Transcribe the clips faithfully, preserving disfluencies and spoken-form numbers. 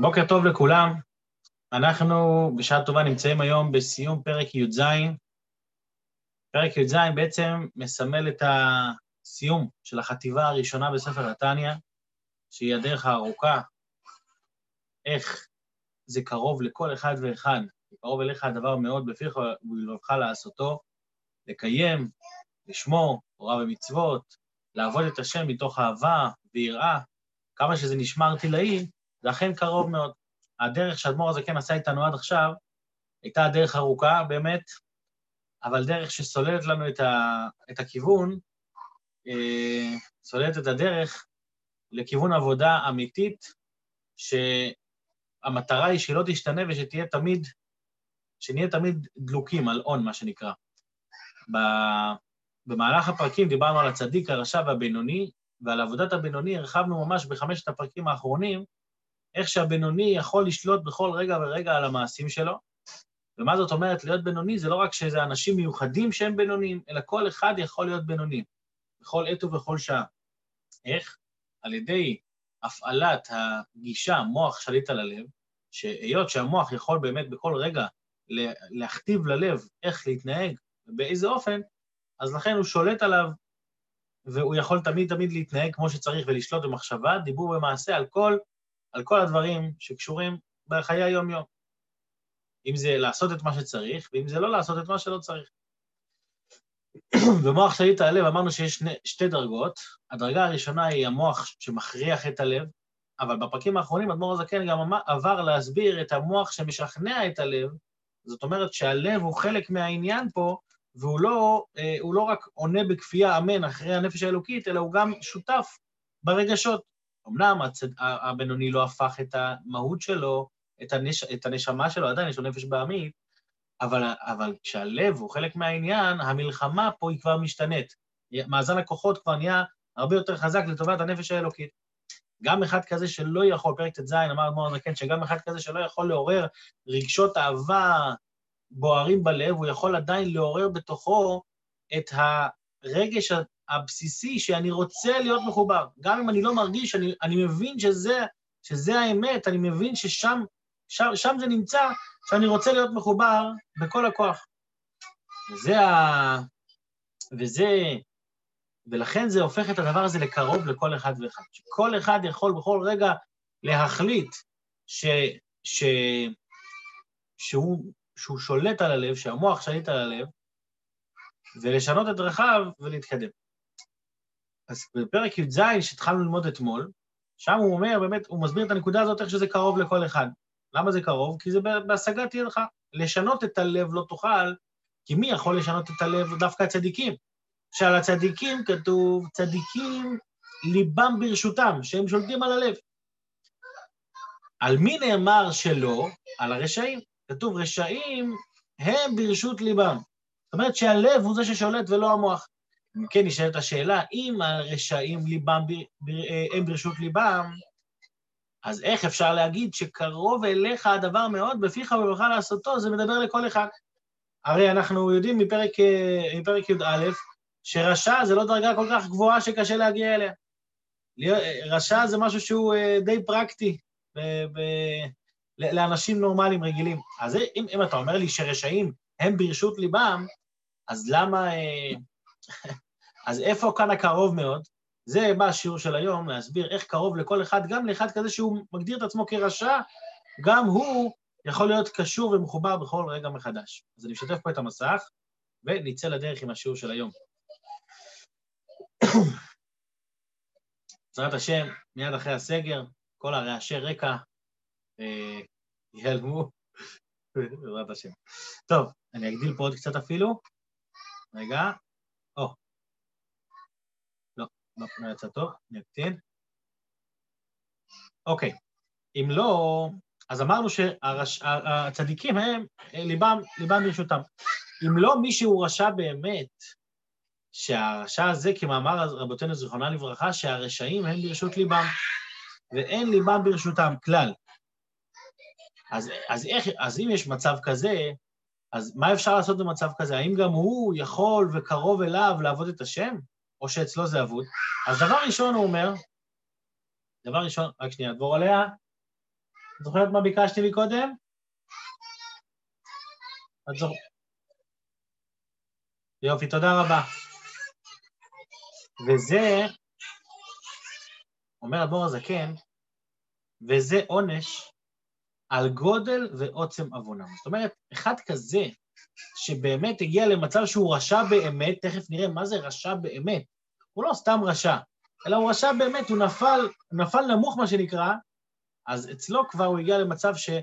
בוקר טוב לכולם. אנחנו בשעה טובה נמצאים היום בסיום פרק י"ז. פרק י"ז בעצם מסמל את הסיום של החטיבה הראשונה בספר התניא, שהיא הדרך הארוכה, איך זה קרוב לכל אחד ואחד, זה קרוב אליך הדבר מאוד בפיך ובלבבך לעשותו, לקיים, לשמור, תורה ומצוות, לעבוד את השם מתוך אהבה ויראה, כמה שזה נשמע ערטילאי, זה אכן קרוב מאוד. הדרך שהאדמו"ר הזקן עשה איתנו עד עכשיו, הייתה הדרך ארוכה באמת, אבל דרך שסוללת לנו את, ה, את הכיוון, אה, סוללת את הדרך לכיוון עבודה אמיתית, שהמטרה היא שלא תשתנה ושתהיה תמיד, שנהיה תמיד דלוקים על און, מה שנקרא. במהלך הפרקים דיברנו על הצדיק, הרשע והבינוני, ועל עבודת הבינוני הרחבנו ממש בחמשת הפרקים האחרונים, איך שהבינוני יכול לשלוט בכל רגע ורגע על המעשים שלו. ומה זאת אומרת להיות בינוני? זה לא רק שזה אנשים מיוחדים שהם בינונים, אלא כל אחד יכול להיות בינוני, בכל עת ובכל שעה. איך? על ידי הפעלת הגישה מוח שליט על הלב, שהיות שהמוח יכול באמת בכל רגע להכתיב ללב איך להתנהג ובאיזה אופן, אז לכן הוא שולט עליו, והוא יכול תמיד תמיד להתנהג כמו שצריך ולשלוט במחשבה, דיבור ומעשה על כל, על כל הדברים שקשורים בחיי היום-יום. אם זה לעשות את מה שצריך, ואם זה לא לעשות את מה שלא צריך. במוח שליט על הלב אמרנו שיש שני, שתי דרגות. הדרגה הראשונה היא המוח שמכריח את הלב, אבל בפרקים האחרונים האדמו"ר הזקן גם עבר להסביר את המוח שמשכנע את הלב, זאת אומרת שהלב הוא חלק מהעניין פה, והוא לא, הוא לא רק עונה בכפייה אמן אחרי הנפש האלוקית, אלא הוא גם שותף ברגשות. אמנם הצד, הבינוני לא הפך את המהות שלו, את, הנש, את הנשמה שלו, עדיין יש לו נפש בעמית, אבל, אבל כשהלב הוא חלק מהעניין, המלחמה פה היא כבר משתנית. מאזן הכוחות כבר נהיה הרבה יותר חזק לטובת הנפש האלוקית. גם אחד כזה שלא יכול, פרק ט"ז, אמר אדמו"ר הזקן, שגם אחד כזה שלא יכול לעורר רגשות אהבה בוערים בלב, הוא יכול עדיין לעורר בתוכו את הרגש הבסיסי שאני רוצה להיות מחובר. גם אם אני לא מרגיש, אני, אני מבין שזה, שזה האמת, אני מבין ששם שם, שם זה נמצא, שאני רוצה להיות מחובר בכל הכוח. וזה ה... וזה... ולכן זה הופך את הדבר הזה לקרוב לכל אחד ואחד. שכל אחד יכול בכל רגע להחליט ש... ש... שהוא... שהוא שולט על הלב, שהמוח שליט על הלב, ולשנות את דרכיו ולהתקדם. אז בפרק י"ז שהתחלנו ללמוד אתמול, שם הוא אומר, באמת, הוא מסביר את הנקודה הזאת, איך שזה קרוב לכל אחד. למה זה קרוב? כי זה בהשגת ידך. לשנות את הלב לא תוכל, כי מי יכול לשנות את הלב? דווקא הצדיקים. שעל הצדיקים כתוב, צדיקים ליבם ברשותם, שהם שולטים על הלב. על מי נאמר שלא? על הרשעים. כתוב, רשעים הם ברשות ליבם. זאת אומרת שהלב הוא זה ששולט ולא המוח. אם כן, נשאלת השאלה, אם הרשעים ליבם, הם ברשות ליבם, אז איך אפשר להגיד שקרוב אליך הדבר מאוד, בפיך ובלבבך לעשותו, זה מדבר לכל אחד. הרי אנחנו יודעים מפרק, מפרק י"א, שרשע זה לא דרגה כל כך גבוהה שקשה להגיע אליה. רשע זה משהו שהוא די פרקטי, ב, ב, לאנשים נורמליים רגילים. אז אם, אם אתה אומר לי שרשעים הם ברשות ליבם, אז למה... אז איפה כאן הקרוב מאוד? זה בא השיעור של היום, להסביר איך קרוב לכל אחד, גם לאחד כזה שהוא מגדיר את עצמו כרשע, גם הוא יכול להיות קשור ומחובר בכל רגע מחדש. אז אני משתף פה את המסך, ונצא לדרך עם השיעור של היום. בעזרת השם, מיד אחרי הסגר, כל הרעשי רקע אה, ייעלמו, בעזרת השם. טוב, אני אגדיל פה עוד קצת אפילו. רגע, או. לא, לא, לא יצא טוב, אני אקטין. אוקיי, אם לא, אז אמרנו שהצדיקים הם, ליבם, ליבם ברשותם. אם לא מישהו רשע באמת, שהרשע הזה, כמאמר רבותינו זיכרונה לברכה, שהרשעים הם ברשות ליבם, ואין ליבם ברשותם כלל. אז, אז, איך, אז אם יש מצב כזה, אז מה אפשר לעשות במצב כזה? האם גם הוא יכול וקרוב אליו לעבוד את השם? או שאצלו זה עבוד? אז דבר ראשון הוא אומר, דבר ראשון, רק שנייה, דבור עליה, את זוכרת מה ביקשתי לי קודם? את זוכרת? יופי, תודה רבה. וזה, אומר אדמו"ר הזקן, וזה עונש על גודל ועוצם עוונם. זאת אומרת, אחד כזה, שבאמת הגיע למצב שהוא רשע באמת, תכף נראה מה זה רשע באמת, הוא לא סתם רשע, אלא הוא רשע באמת, הוא נפל, נפל נמוך מה שנקרא, אז אצלו כבר הוא הגיע למצב שה...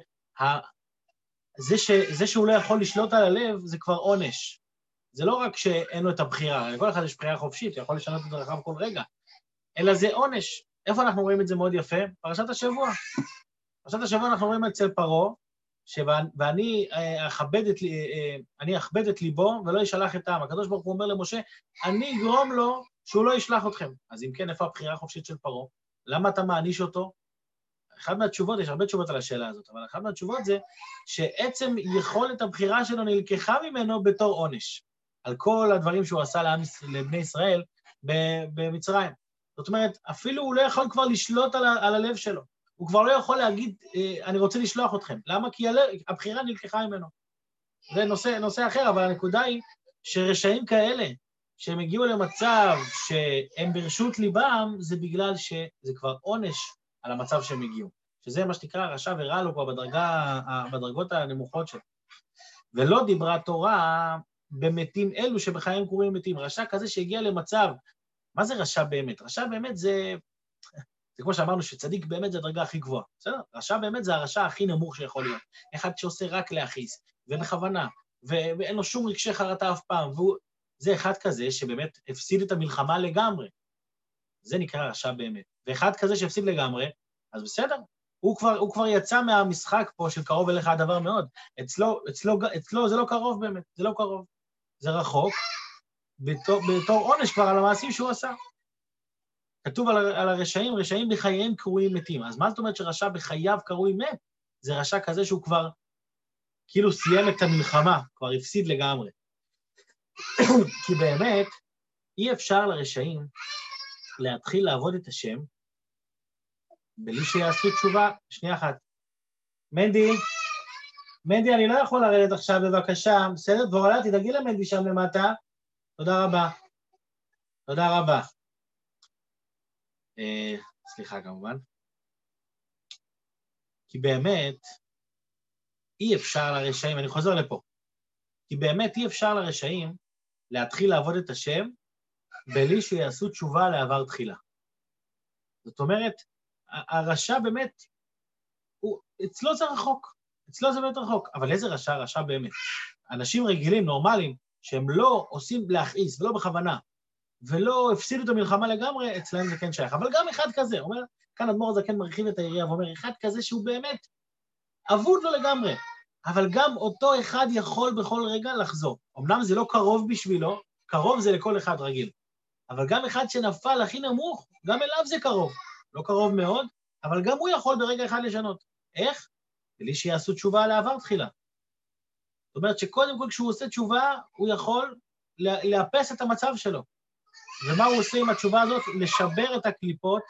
זה, ש... זה שהוא לא יכול לשלוט על הלב, זה כבר עונש. זה לא רק שאין לו את הבחירה, לכל אחד יש בחירה חופשית, הוא יכול לשנות את דרכיו כל רגע, אלא זה עונש. איפה אנחנו רואים את זה מאוד יפה? פרשת השבוע. פרשת השבוע אנחנו רואים אצל פרעה, ואני אכבד את, אני אכבד את ליבו ולא ישלח את העם. הקדוש ברוך הוא אומר למשה, אני אגרום לו שהוא לא ישלח אתכם. אז אם כן, איפה הבחירה החופשית של פרעה? למה אתה מעניש אותו? אחד מהתשובות, יש הרבה תשובות על השאלה הזאת, אבל אחד מהתשובות זה שעצם יכולת הבחירה שלו נלקחה ממנו בתור עונש, על כל הדברים שהוא עשה לעם, לבני ישראל במצרים. זאת אומרת, אפילו הוא לא יכול כבר לשלוט על, ה, על הלב שלו. הוא כבר לא יכול להגיד, אני רוצה לשלוח אתכם. למה? כי הלב, הבחירה נלקחה ממנו. זה נושא, נושא אחר, אבל הנקודה היא שרשעים כאלה, שהם הגיעו למצב שהם ברשות ליבם, זה בגלל שזה כבר עונש על המצב שהם הגיעו. שזה מה שתקרא רשע ורע לו כבר בדרגה, בדרגות הנמוכות שלו. ולא דיברה תורה במתים אלו שבחיים קוראים מתים. רשע כזה שהגיע למצב, מה זה רשע באמת? רשע באמת זה, זה כמו שאמרנו שצדיק באמת זה הדרגה הכי גבוהה. בסדר? רשע באמת זה הרשע הכי נמוך שיכול להיות. אחד שעושה רק להכעיס, ובכוונה, ו- ואין לו שום רגשי חרטה אף פעם, והוא, זה אחד כזה שבאמת הפסיד את המלחמה לגמרי. זה נקרא רשע באמת. ואחד כזה שהפסיד לגמרי, אז בסדר, הוא כבר, הוא כבר יצא מהמשחק פה של קרוב אליך הדבר מאוד. אצלו, אצלו, אצלו זה לא קרוב באמת, זה לא קרוב. זה רחוק, בתור, בתור עונש כבר על המעשים שהוא עשה. כתוב על, על הרשעים, רשעים בחייהם קרויים מתים. אז מה זאת אומרת שרשע בחייו קרוי מת? זה רשע כזה שהוא כבר כאילו סיים את המלחמה, כבר הפסיד לגמרי. כי באמת אי אפשר לרשעים להתחיל לעבוד את השם, בלי שיעשו תשובה. שנייה אחת. מנדי, מנדי, אני לא יכול לרדת עכשיו, בבקשה. בסדר, דבורלה, תדאגי למנדי שם למטה. תודה רבה. תודה רבה. אה, סליחה כמובן. כי באמת, אי אפשר לרשעים, אני חוזר לפה, כי באמת אי אפשר לרשעים להתחיל לעבוד את השם, בלי שיעשו תשובה לעבר תחילה. זאת אומרת, הרשע באמת, הוא, אצלו זה רחוק, אצלו זה באמת רחוק, אבל איזה רשע? רשע באמת. אנשים רגילים, נורמליים, שהם לא עושים להכעיס, ולא בכוונה, ולא הפסידו את המלחמה לגמרי, אצלהם זה כן שייך. אבל גם אחד כזה, אומר, כאן אדמו"ר הזקן מרחיב את היריעה, ואומר, אחד כזה שהוא באמת אבוד לו לגמרי, אבל גם אותו אחד יכול בכל רגע לחזור. אמנם זה לא קרוב בשבילו, קרוב זה לכל אחד רגיל, אבל גם אחד שנפל הכי נמוך, גם אליו זה קרוב. לא קרוב מאוד, אבל גם הוא יכול ברגע אחד לשנות. איך? בלי שיעשו תשובה על העבר תחילה. זאת אומרת שקודם כל כשהוא עושה תשובה, הוא יכול לאפס את המצב שלו. ומה הוא עושה עם התשובה הזאת? לשבר את הקליפות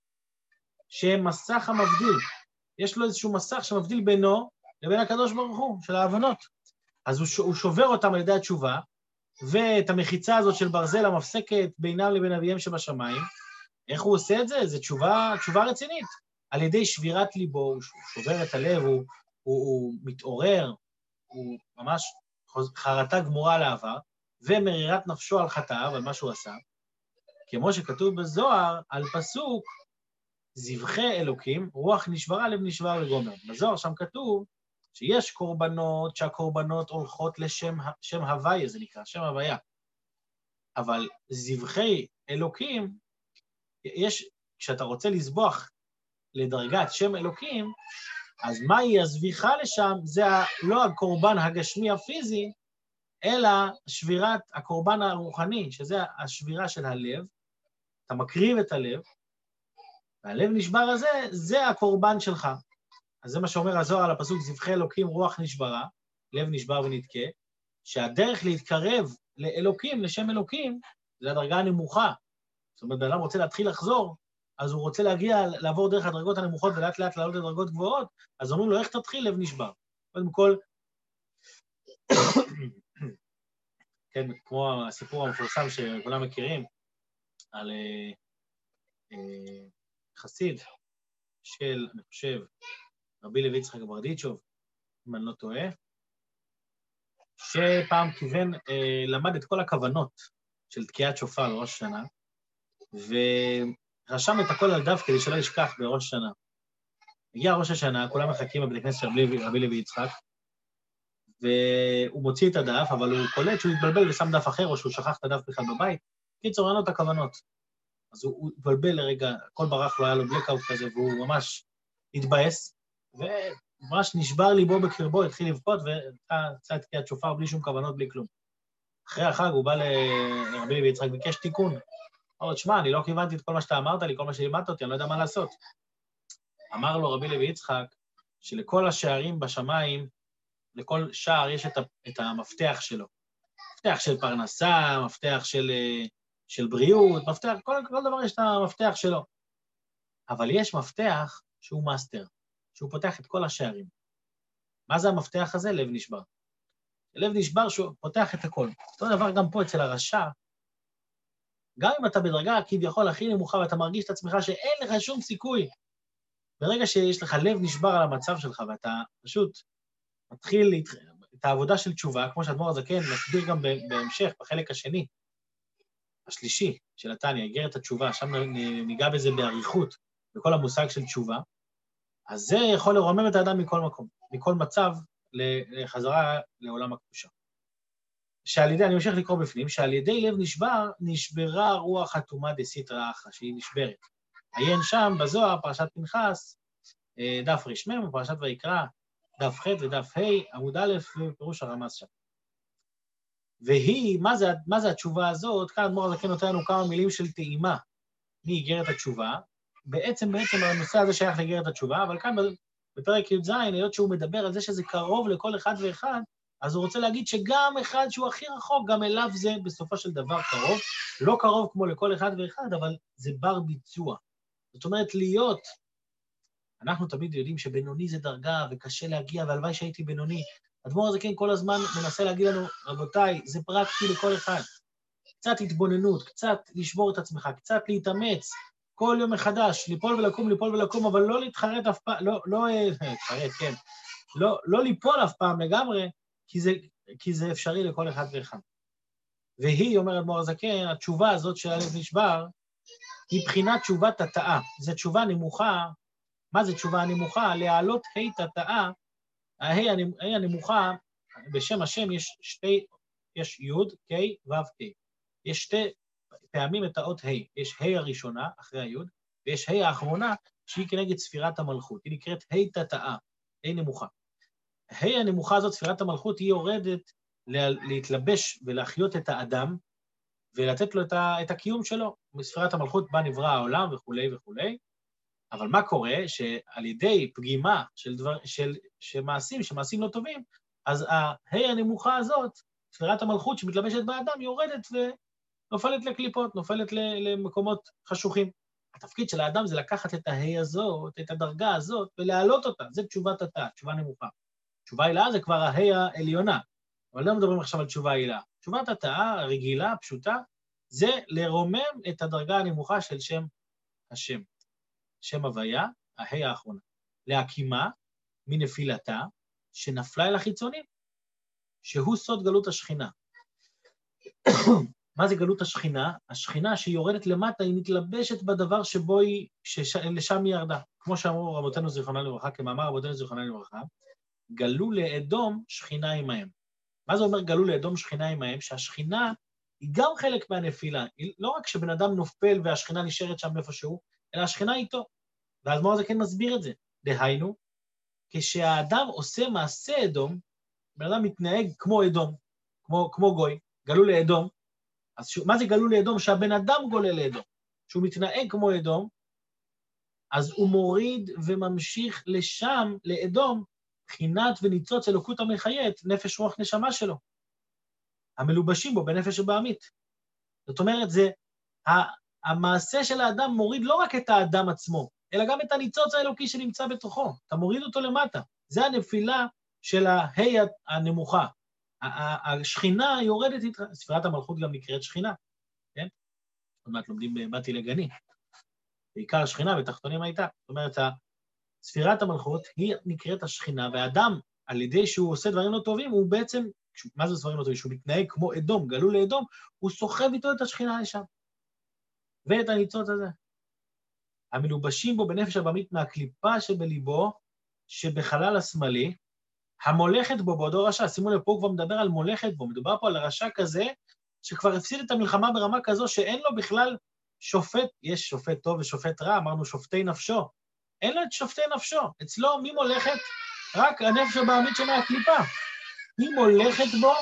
שהם מסך המבדיל. יש לו איזשהו מסך שמבדיל בינו לבין הקדוש ברוך הוא, של ההבנות. אז הוא שובר אותם על ידי התשובה, ואת המחיצה הזאת של ברזל המפסקת בינם לבין אביהם שבשמיים. איך הוא עושה את זה? זו תשובה, תשובה רצינית. על ידי שבירת ליבו, הוא שובר את הלב, הוא, הוא, הוא מתעורר, הוא ממש חרטה גמורה על העבר, ומרירת נפשו על חטאיו, על מה שהוא עשה. כמו שכתוב בזוהר, על פסוק, זבחי אלוקים, רוח נשברה, לב נשבר לגומר. בזוהר שם כתוב שיש קורבנות, שהקורבנות הולכות לשם שם הוויה, זה נקרא, שם הוויה. אבל זבחי אלוקים, יש, כשאתה רוצה לסבוח לדרגת שם אלוקים, אז מהי הזביחה לשם? זה לא הקורבן הגשמי הפיזי, אלא שבירת הקורבן הרוחני, שזה השבירה של הלב, אתה מקריב את הלב, והלב נשבר הזה, זה הקורבן שלך. אז זה מה שאומר הזוהר על הפסוק, זבחי אלוקים רוח נשברה, לב נשבר ונתקה, שהדרך להתקרב לאלוקים, לשם אלוקים, זה הדרגה הנמוכה. זאת אומרת, בן אדם רוצה להתחיל לחזור, אז הוא רוצה להגיע, לעבור דרך הדרגות הנמוכות ולאט לאט לעלות לדרגות גבוהות, אז אומרים לו, איך תתחיל? לב נשבר. קודם כל, כן, כמו הסיפור המפורסם שכולם מכירים, על אה, אה, חסיד של, אני חושב, רבי לוי יצחק ברדיצ'וב, אם אני לא טועה, שפעם כיוון, אה, למד את כל הכוונות של תקיעת שופר לראש השנה, ורשם את הכל על דף כדי שלא ישכח בראש השנה. הגיע ראש השנה, כולם מחכים בבית הכנסת של רבי לוי יצחק, והוא מוציא את הדף, אבל הוא קולט שהוא התבלבל ושם דף אחר, או שהוא שכח את הדף בכלל בבית. קיצור, אין לו את הכוונות. אז הוא התבלבל לרגע, הכל ברח לו, היה לו בלקאוט כזה, והוא ממש התבאס, וממש נשבר ליבו בקרבו, התחיל לבכות, ויצא את תקיעת שופר בלי שום כוונות, בלי כלום. אחרי החג הוא בא לרבי לוי יצחק, ביקש תיקון. אמר לו, תשמע, אני לא כיוונתי את כל מה שאתה אמרת לי, כל מה שלימדת אותי, אני לא יודע מה לעשות. אמר לו רבי לוי יצחק, שלכל השערים בשמיים, לכל שער יש את, את המפתח שלו. מפתח של פרנסה, מפתח של, של בריאות, מפתח, כל, כל דבר יש את המפתח שלו. אבל יש מפתח שהוא מאסטר, שהוא פותח את כל השערים. מה זה המפתח הזה? לב נשבר. לב נשבר שהוא פותח את הכל. אותו דבר גם פה אצל הרשע, גם אם אתה בדרגה כביכול הכי נמוכה, ואתה מרגיש את עצמך שאין לך שום סיכוי, ברגע שיש לך לב נשבר על המצב שלך, ואתה פשוט מתחיל את העבודה של תשובה, כמו שאדמו"ר הזקן מסביר גם בהמשך, בחלק השני, השלישי של התניא, איגרת התשובה, שם ניגע בזה באריכות, בכל המושג של תשובה, אז זה יכול לרומם את האדם מכל מקום, מכל מצב לחזרה לעולם הקדושה. שעל ידי, אני ממשיך לקרוא בפנים, שעל ידי לב נשבר, נשברה רוח אטומה דסיטרא אחרא, שהיא נשברת. עיין שם בזוהר, פרשת פנחס, דף רשמם, פרשת ויקרא, דף ח' ודף ה', עמוד א', ופירוש הרמז שם. והיא, מה זה, מה זה התשובה הזאת? כאן אדמו"ר הזקן נותן לנו כמה מילים של טעימה מאיגרת התשובה. בעצם, בעצם הנושא הזה שייך לאיגרת התשובה, אבל כאן בפרק י"ז, היות שהוא מדבר על זה שזה קרוב לכל אחד ואחד, אז הוא רוצה להגיד שגם אחד שהוא הכי רחוק, גם אליו זה בסופו של דבר קרוב, לא קרוב כמו לכל אחד ואחד, אבל זה בר ביצוע. זאת אומרת, להיות, אנחנו תמיד יודעים שבינוני זה דרגה וקשה להגיע, והלוואי שהייתי בינוני. אדמו"ר הזקן כל הזמן מנסה להגיד לנו, רבותיי, זה פרקטי לכל אחד. קצת התבוננות, קצת לשבור את עצמך, קצת להתאמץ, כל יום מחדש, ליפול ולקום, ליפול ולקום, אבל לא להתחרט אף פעם, לא, לא, להתחרט, כן, לא, לא ליפול אף פעם לגמרי, כי זה, כי זה אפשרי לכל אחד ואחד. והיא, אומר אדמו"ר הזקן, התשובה הזאת של הלב נשבר, היא בחינת תשובת התאה. זו תשובה נמוכה. מה זה תשובה נמוכה? להעלות ה' תתאה, הה' הנמוכה, בשם השם יש שתי, יש י', ק', ו', ק'. יש שתי פעמים את האות ה'. יש ה' הראשונה, אחרי הי', ויש ה' האחרונה, שהיא כנגד ספירת המלכות. היא נקראת ה' תתאה, ה' נמוכה. ה' הנמוכה הזאת, ספירת המלכות, היא יורדת להתלבש ולהחיות את האדם, ולתת לו את הקיום שלו. בספירת המלכות בה נברא העולם וכו' וכו'. אבל מה קורה? שעל ידי פגימה של, דבר, של, של מעשים, שמעשים לא טובים, אז הה' הנמוכה הזאת, ספירת המלכות שמתלבשת באדם, יורדת ונופלת לקליפות, נופלת למקומות חשוכים. התפקיד של האדם זה לקחת את הה' הזאת, את הדרגה הזאת, ולהעלות אותה. זה תשובת התא, תשובה נמוכה. תשובה הילאה זה כבר הה' העליונה. אבל לא מדברים עכשיו על תשובה הילאה. תשובת התא, הרגילה, פשוטה, זה לרומם את הדרגה הנמוכה של שם השם. שם הוויה, הה' האחרונה. להקימה מנפילתה שנפלה אל החיצונים, שהוא סוד גלות השכינה. מה זה גלות השכינה? השכינה שהיא יורדת למטה, היא מתלבשת בדבר שבו היא, שלשם היא ירדה. כמו שאמרו רבותינו זיכרונם לברכה, כמאמר רבותינו זיכרונם לברכה, גלו לאדום שכינה עמהם. מה זה אומר גלו לאדום שכינה עמהם? שהשכינה היא גם חלק מהנפילה. לא רק שבן אדם נופל והשכינה נשארת שם איפשהו, אלא השכינה איתו. והאדמו"ר הזקן מסביר את זה. דהיינו, כשהאדם עושה מעשה אדום, בן אדם מתנהג כמו אדום, כמו, כמו גוי, גלו לאדום. אז ש... מה זה גלו לאדום? שהבן אדם גולה לאדום. שהוא מתנהג כמו אדום, אז הוא מוריד וממשיך לשם, לאדום, בחינת וניצוץ אלוקות המחיית, נפש רוח נשמה שלו. המלובשים בו בנפש ובעמית. זאת אומרת, זה המעשה של האדם מוריד לא רק את האדם עצמו, אלא גם את הניצוץ האלוקי שנמצא בתוכו. אתה מוריד אותו למטה. זה הנפילה של ההי הנמוכה. השכינה יורדת, ספירת המלכות גם נקראת שכינה, כן? עוד מעט לומדים באתי לגני. בעיקר השכינה בתחתונים הייתה. זאת אומרת, ספירת המלכות היא נקראת השכינה, והאדם, על ידי שהוא עושה דברים לא טובים, הוא בעצם, מה זה דברים לא טובים? שהוא מתנהג כמו אדום, גלול לאדום, הוא סוחב איתו את השכינה לשם. ואת הניצוץ הזה. המלובשים בו בנפש הבמית מהקליפה שבליבו, שבחלל השמאלי, המולכת בו בעודו רשע. שימו לב, פה הוא כבר מדבר על מולכת בו, מדובר פה על הרשע כזה, שכבר הפסיד את המלחמה ברמה כזו, שאין לו בכלל שופט, יש שופט טוב ושופט רע, אמרנו שופטי נפשו, אין לו את שופטי נפשו, אצלו מי מולכת? רק הנפש הבמית שמהקליפה. היא מולכת בו,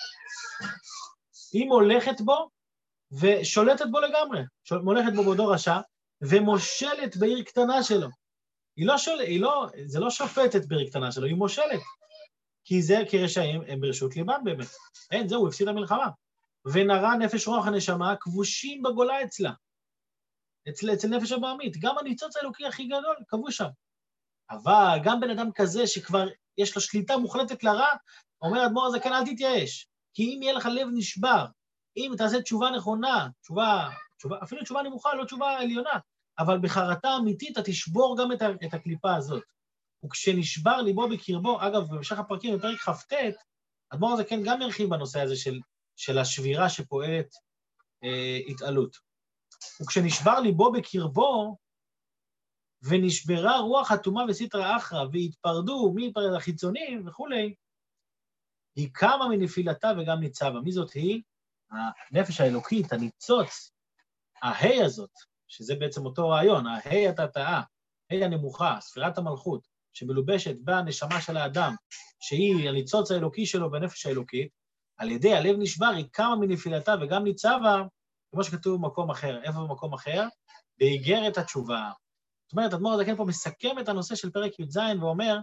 היא מולכת בו, ושולטת בו לגמרי, מולכת בו בעודו רשע, ומושלת בעיר קטנה שלו. היא לא שול... היא לא... זה לא שופטת בעיר קטנה שלו, היא מושלת. כי זה, כי רשעים הם ברשות ליבם באמת. אין, זהו, הוא הפסיד המלחמה. ונראה נפש רוח הנשמה, כבושים בגולה אצלה. אצל, אצל נפש הבעמית. גם הניצוץ האלוקי הכי גדול, כבוש שם. אבל גם בן אדם כזה שכבר יש לו שליטה מוחלטת לרע, אומר אדמו"ר הזקן, אל תתייאש. כי אם יהיה לך לב נשבר, אם תעשה תשובה נכונה, תשובה, תשובה, אפילו תשובה נמוכה, לא תשובה עליונה, אבל בחרטה אמיתית, אתה תשבור גם את, ה, את הקליפה הזאת. וכשנשבר ליבו בקרבו, אגב, במשך הפרקים, בפרק חפטט, אדמו"ר הזקן גם הרחיב בנושא הזה של, של השבירה שפועלת אה, התעלות. וכשנשבר ליבו בקרבו, ונשברה רוח אטומה וסטרא אחרא, והתפרדו מפרד החיצונים וכולי, היא קמה מנפילתה וגם ניצבה. מי זאת היא? הנפש האלוקית, הניצוץ, ההי הזאת, שזה בעצם אותו רעיון, ההי התתאה, ההי הנמוכה, ספירת המלכות, שמלובשת בנשמה של האדם, שהיא הניצוץ האלוקי שלו בנפש האלוקית, על ידי הלב נשבר, היא קמה מנפילתה וגם ניצבה, כמו שכתוב במקום אחר. איפה במקום אחר? באיגרת התשובה. זאת אומרת, אדמו"ר הזקן פה מסכם את הנושא של פרק י"ז ואומר,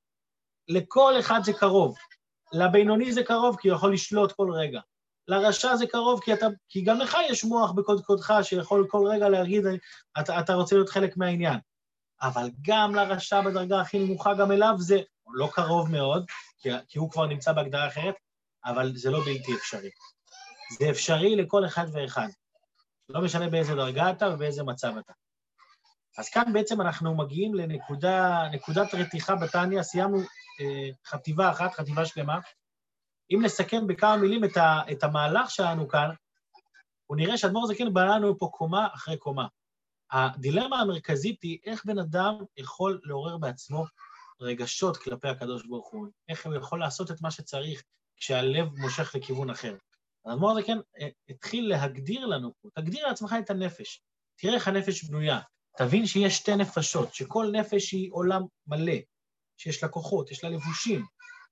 לכל אחד זה קרוב. לבינוני זה קרוב כי הוא יכול לשלוט כל רגע. לרשע זה קרוב כי, אתה, כי גם לך יש מוח בקודקודך שיכול כל רגע להגיד, אתה, אתה רוצה להיות חלק מהעניין. אבל גם לרשע בדרגה הכי נמוכה, גם אליו זה לא קרוב מאוד, כי, כי הוא כבר נמצא בהגדרה אחרת, אבל זה לא בלתי אפשרי. זה אפשרי לכל אחד ואחד. לא משנה באיזה דרגה אתה ובאיזה מצב אתה. אז כאן בעצם אנחנו מגיעים לנקודה, נקודת רתיחה בתניא, סיימנו אה, חטיבה אחת, חטיבה שלמה. אם נסכם בכמה מילים את, ה, את המהלך שלנו כאן, הוא נראה שאדמו"ר הזקן בנה לנו פה קומה אחרי קומה. הדילמה המרכזית היא איך בן אדם יכול לעורר בעצמו רגשות כלפי הקדוש ברוך הוא, איך הוא יכול לעשות את מה שצריך כשהלב מושך לכיוון אחר. האדמו"ר הזקן התחיל להגדיר לנו פה, תגדיר לעצמך את הנפש, תראה איך הנפש בנויה, תבין שיש שתי נפשות, שכל נפש היא עולם מלא, שיש לה כוחות, יש לה לבושים,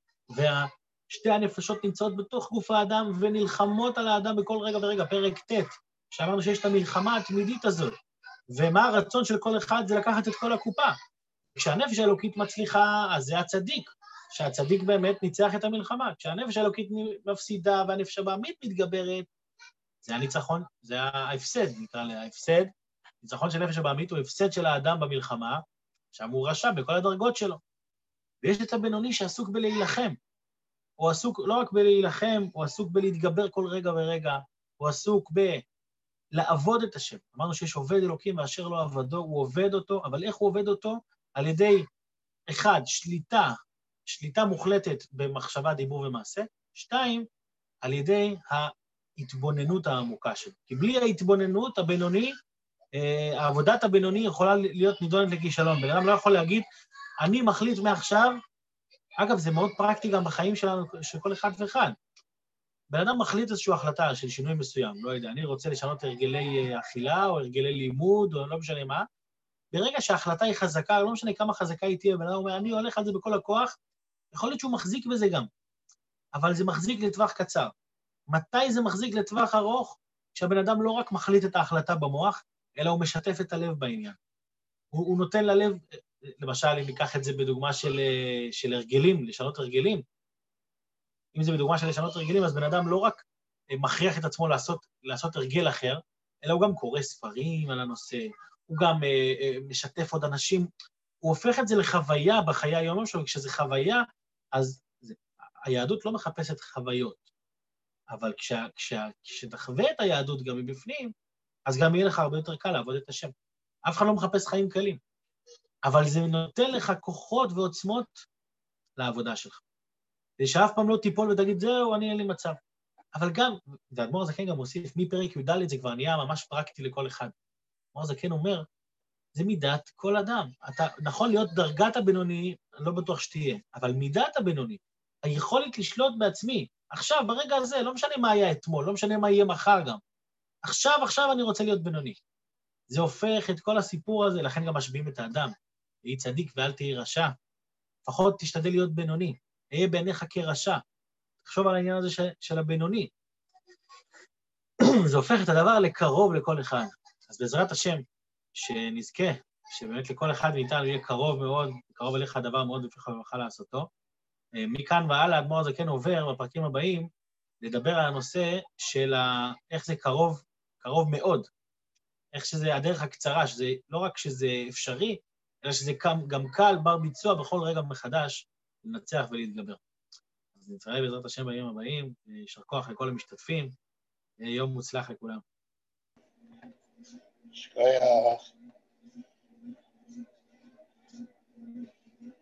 ושתי הנפשות נמצאות בתוך גוף האדם ונלחמות על האדם בכל רגע ורגע, פרק ט', שאמרנו שיש את המלחמה התמידית הזאת, ומה הרצון של כל אחד זה לקחת את כל הקופה. כשהנפש האלוקית מצליחה, אז זה הצדיק, שהצדיק באמת ניצח את המלחמה. כשהנפש האלוקית מפסידה והנפש הבעמית מתגברת, זה הניצחון, זה ההפסד, נקרא לה, ההפסד. ניצחון של נפש הבעמית הוא הפסד של האדם במלחמה, שם הוא רשע בכל הדרגות שלו. ויש את הבינוני שעסוק בלהילחם. הוא עסוק לא רק בלהילחם, הוא עסוק בלהתגבר כל רגע ורגע, הוא עסוק בלעבוד את השם. אמרנו שיש עובד אלוקים ואשר לא עבדו, הוא עובד אותו, אבל איך הוא עובד אותו? על ידי, אחד, שליטה, שליטה מוחלטת במחשבה, דיבור ומעשה, שתיים, על ידי ההתבוננות העמוקה שלו. כי בלי ההתבוננות, הבינוני, אה, עבודת הבינוני יכולה להיות נידונת לכישלון. בן אדם לא יכול להגיד, אני מחליט מעכשיו, אגב, זה מאוד פרקטי גם בחיים שלנו, של כל אחד ואחד. בן אדם מחליט איזושהי החלטה של שינוי מסוים, לא יודע, אני רוצה לשנות הרגלי אכילה, או הרגלי לימוד, או לא משנה מה, ברגע שההחלטה היא חזקה, לא משנה כמה חזקה היא תהיה, בן אדם אומר, אני הולך על זה בכל הכוח, יכול להיות שהוא מחזיק בזה גם, אבל זה מחזיק לטווח קצר. מתי זה מחזיק לטווח ארוך? כשהבן אדם לא רק מחליט את ההחלטה במוח, אלא הוא משתף את הלב בעניין. הוא, הוא נותן ללב, למשל, אם ניקח את זה בדוגמה של, של הרגלים, לשנות הרגלים, אם זה בדוגמה של לשנות הרגלים, אז בן אדם לא רק מכריח את עצמו לעשות, לעשות הרגל אחר, אלא הוא גם קורא ספרים על הנושא, הוא גם אה, אה, משתף עוד אנשים, הוא הופך את זה לחוויה בחיי היום שלו, וכשזה חוויה, אז זה, היהדות לא מחפשת חוויות, אבל כשה, כשה, כשתחווה את היהדות גם מבפנים, אז גם יהיה לך הרבה יותר קל לעבוד את השם. אף אחד לא מחפש חיים קלים, אבל זה נותן לך כוחות ועוצמות לעבודה שלך. ושאף פעם לא תיפול ותגיד, זהו, אני אין לי מצב. אבל גם, והאדמו"ר הזקן גם מוסיף, מפרק י"ד זה כבר נהיה ממש פרקטי לכל אחד. האדמו"ר הזקן אומר, זה מידת כל אדם. אתה נכון להיות דרגת הבינוני, אני לא בטוח שתהיה, אבל מידת הבינוני, היכולת לשלוט בעצמי, עכשיו, ברגע הזה, לא משנה מה היה אתמול, לא משנה מה יהיה מחר גם. עכשיו, עכשיו אני רוצה להיות בינוני. זה הופך את כל הסיפור הזה, לכן גם משביעים את האדם. תהי צדיק ואל תהי רשע. לפחות תשתדל להיות בינוני. אהיה בעיניך כרשע. תחשוב על העניין הזה של, של הבינוני. זה הופך את הדבר לקרוב לכל אחד. אז בעזרת השם, שנזכה, שבאמת לכל אחד מאיתנו יהיה קרוב מאוד, קרוב אליך הדבר מאוד בפך ובך לעשותו. מכאן והלאה, האדמו"ר הזקן עובר בפרקים הבאים, לדבר על הנושא של ה... איך זה קרוב, קרוב מאוד. איך שזה הדרך הקצרה, שזה לא רק שזה אפשרי, אלא שזה גם קל, בר ביצוע בכל רגע מחדש, לנצח ולהתגבר. אז נתראה בעזרת השם בימים הבאים, יישר כוח לכל המשתתפים, יום מוצלח לכולם. שכוייח.